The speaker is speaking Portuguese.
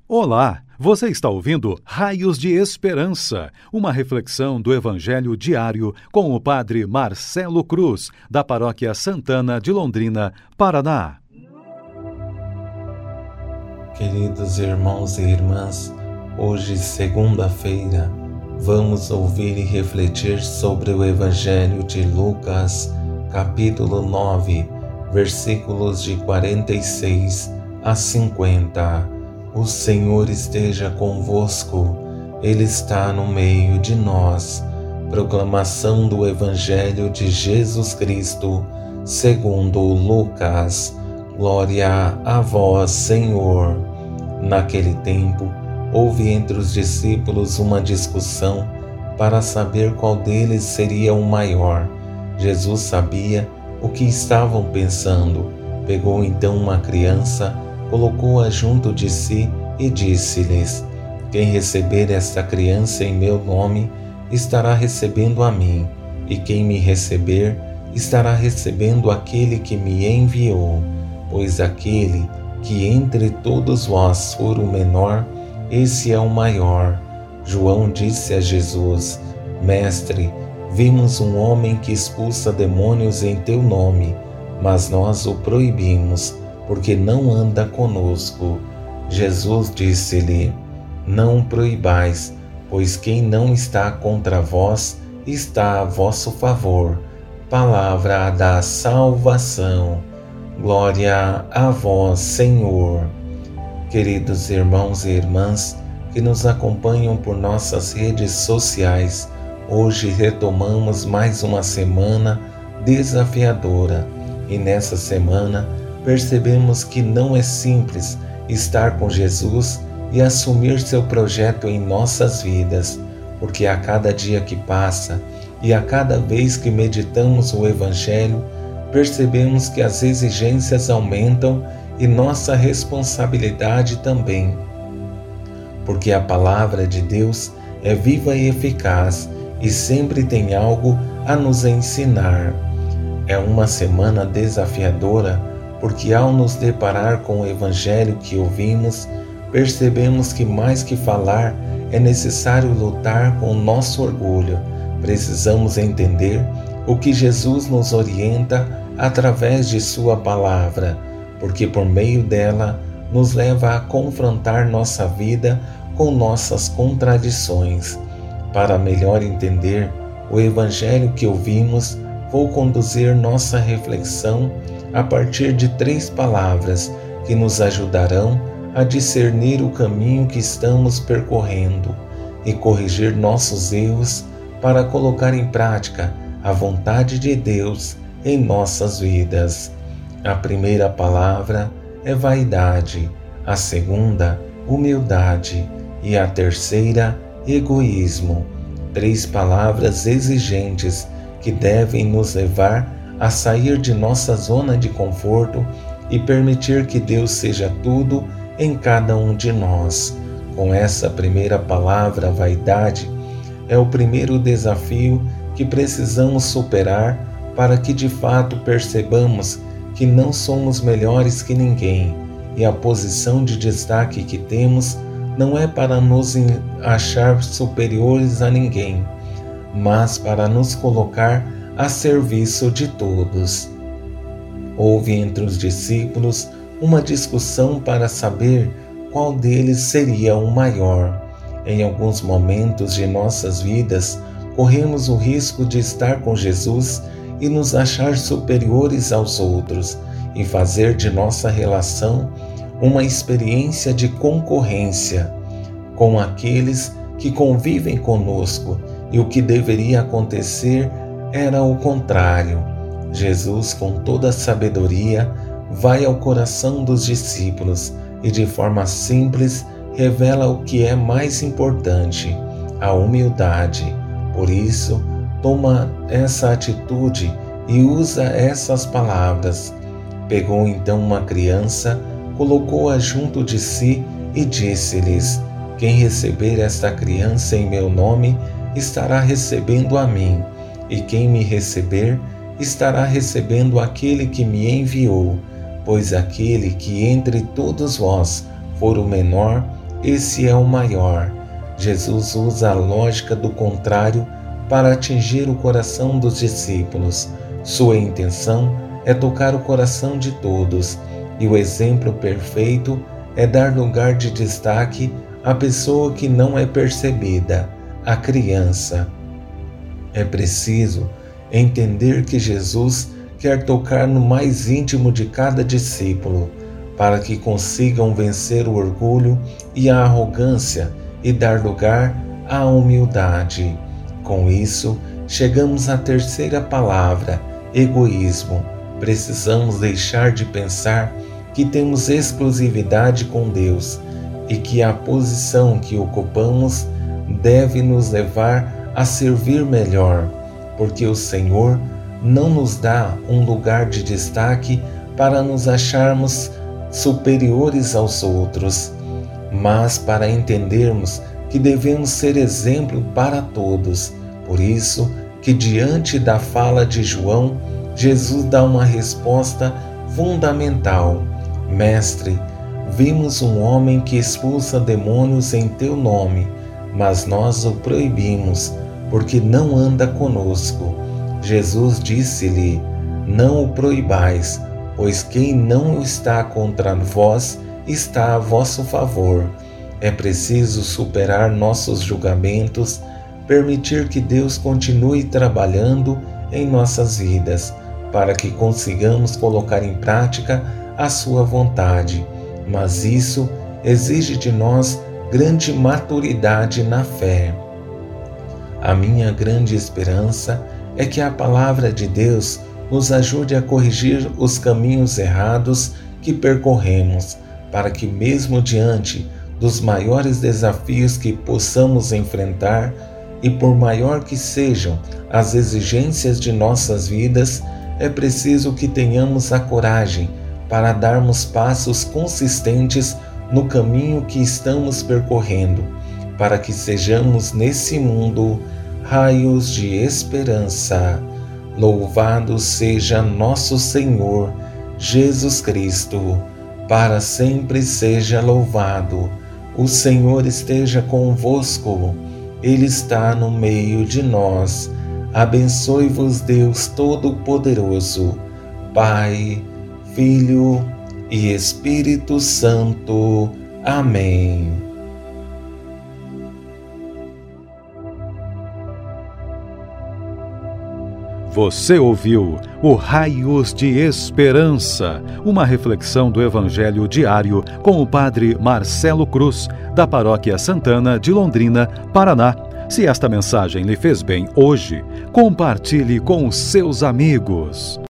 Olá, você está ouvindo Raios de Esperança, uma reflexão do Evangelho diário com o Padre Marcelo Cruz, da Paróquia Santana de Londrina, Paraná. Queridos irmãos e irmãs, hoje, segunda-feira, vamos ouvir e refletir sobre o Evangelho de Lucas, capítulo 9, versículos de 46 a 50. O Senhor esteja convosco, Ele está no meio de nós. Proclamação do Evangelho de Jesus Cristo, segundo Lucas. Glória a vós, Senhor. Naquele tempo, houve entre os discípulos uma discussão para saber qual deles seria o maior. Jesus sabia o que estavam pensando. Pegou então uma criança, colocou-a junto de si e disse-lhes: quem receber esta criança em meu nome, estará recebendo a mim, e quem me receber, estará recebendo aquele que me enviou. Pois aquele que entre todos vós for o menor, esse é o maior. João disse a Jesus: Mestre, vimos um homem que expulsa demônios em teu nome, mas nós o proibimos, porque não anda conosco. Jesus disse-lhe: não proibais, pois quem não está contra vós, está a vosso favor. Palavra da salvação. Glória a vós, Senhor. Queridos irmãos e irmãs que nos acompanham por nossas redes sociais, hoje retomamos mais uma semana desafiadora. E nessa semana percebemos que não é simples estar com Jesus e assumir seu projeto em nossas vidas, porque a cada dia que passa e a cada vez que meditamos o Evangelho, percebemos que as exigências aumentam e nossa responsabilidade também. Porque a palavra de Deus é viva e eficaz e sempre tem algo a nos ensinar. É uma semana desafiadora, porque ao nos deparar com o Evangelho que ouvimos, percebemos que mais que falar, é necessário lutar com o nosso orgulho. Precisamos entender o que Jesus nos orienta através de sua palavra, porque por meio dela nos leva a confrontar nossa vida com nossas contradições. Para melhor entender o Evangelho que ouvimos, vou conduzir nossa reflexão a partir de 3 palavras que nos ajudarão a discernir o caminho que estamos percorrendo e corrigir nossos erros para colocar em prática a vontade de Deus em nossas vidas. A primeira palavra é vaidade, a segunda, humildade e a terceira, egoísmo. 3 palavras exigentes que devem nos levar a sair de nossa zona de conforto e permitir que Deus seja tudo em cada um de nós. Com essa primeira palavra, vaidade, é o primeiro desafio que precisamos superar para que de fato percebamos que não somos melhores que ninguém e a posição de destaque que temos não é para nos achar superiores a ninguém, mas para nos colocar a serviço de todos. Houve entre os discípulos uma discussão para saber qual deles seria o maior. Em alguns momentos de nossas vidas, corremos o risco de estar com Jesus e nos achar superiores aos outros e fazer de nossa relação uma experiência de concorrência com aqueles que convivem conosco, e o que deveria acontecer era o contrário. Jesus, com toda a sabedoria, vai ao coração dos discípulos e de forma simples revela o que é mais importante, a humildade. Por isso, toma essa atitude e usa essas palavras. Pegou então uma criança, colocou-a junto de si e disse-lhes: quem receber esta criança em meu nome, estará recebendo a mim, e quem me receber, estará recebendo aquele que me enviou. Pois aquele que entre todos vós for o menor, esse é o maior. Jesus usa a lógica do contrário para atingir o coração dos discípulos. Sua intenção é tocar o coração de todos, e o exemplo perfeito é dar lugar de destaque à pessoa que não é percebida, a criança. É preciso entender que Jesus quer tocar no mais íntimo de cada discípulo, para que consigam vencer o orgulho e a arrogância e dar lugar à humildade. Com isso, chegamos à terceira palavra, egoísmo. Precisamos deixar de pensar que temos exclusividade com Deus e que a posição que ocupamos deve nos levar a servir melhor, porque o Senhor não nos dá um lugar de destaque para nos acharmos superiores aos outros, mas para entendermos que devemos ser exemplo para todos. Por isso que diante da fala de João, Jesus dá uma resposta fundamental. Mestre, vimos um homem que expulsa demônios em teu nome, mas nós o proibimos, porque não anda conosco. Jesus disse-lhe: não o proibais, pois quem não está contra vós está a vosso favor. É preciso superar nossos julgamentos, permitir que Deus continue trabalhando em nossas vidas, para que consigamos colocar em prática a sua vontade. Mas isso exige de nós grande maturidade na fé. A minha grande esperança é que a palavra de Deus nos ajude a corrigir os caminhos errados que percorremos, para que mesmo diante dos maiores desafios que possamos enfrentar, e por maior que sejam as exigências de nossas vidas, é preciso que tenhamos a coragem para darmos passos consistentes no caminho que estamos percorrendo, para que sejamos nesse mundo raios de esperança. Louvado seja nosso Senhor Jesus Cristo, para sempre seja louvado. O Senhor esteja convosco, Ele está no meio de nós. Abençoe-vos Deus Todo-Poderoso, Pai, Filho e Espírito Santo. Amém. Você ouviu o Raios de Esperança, uma reflexão do Evangelho diário com o Padre Marcelo Cruz, da Paróquia Santana de Londrina, Paraná. Se esta mensagem lhe fez bem hoje, compartilhe com os seus amigos.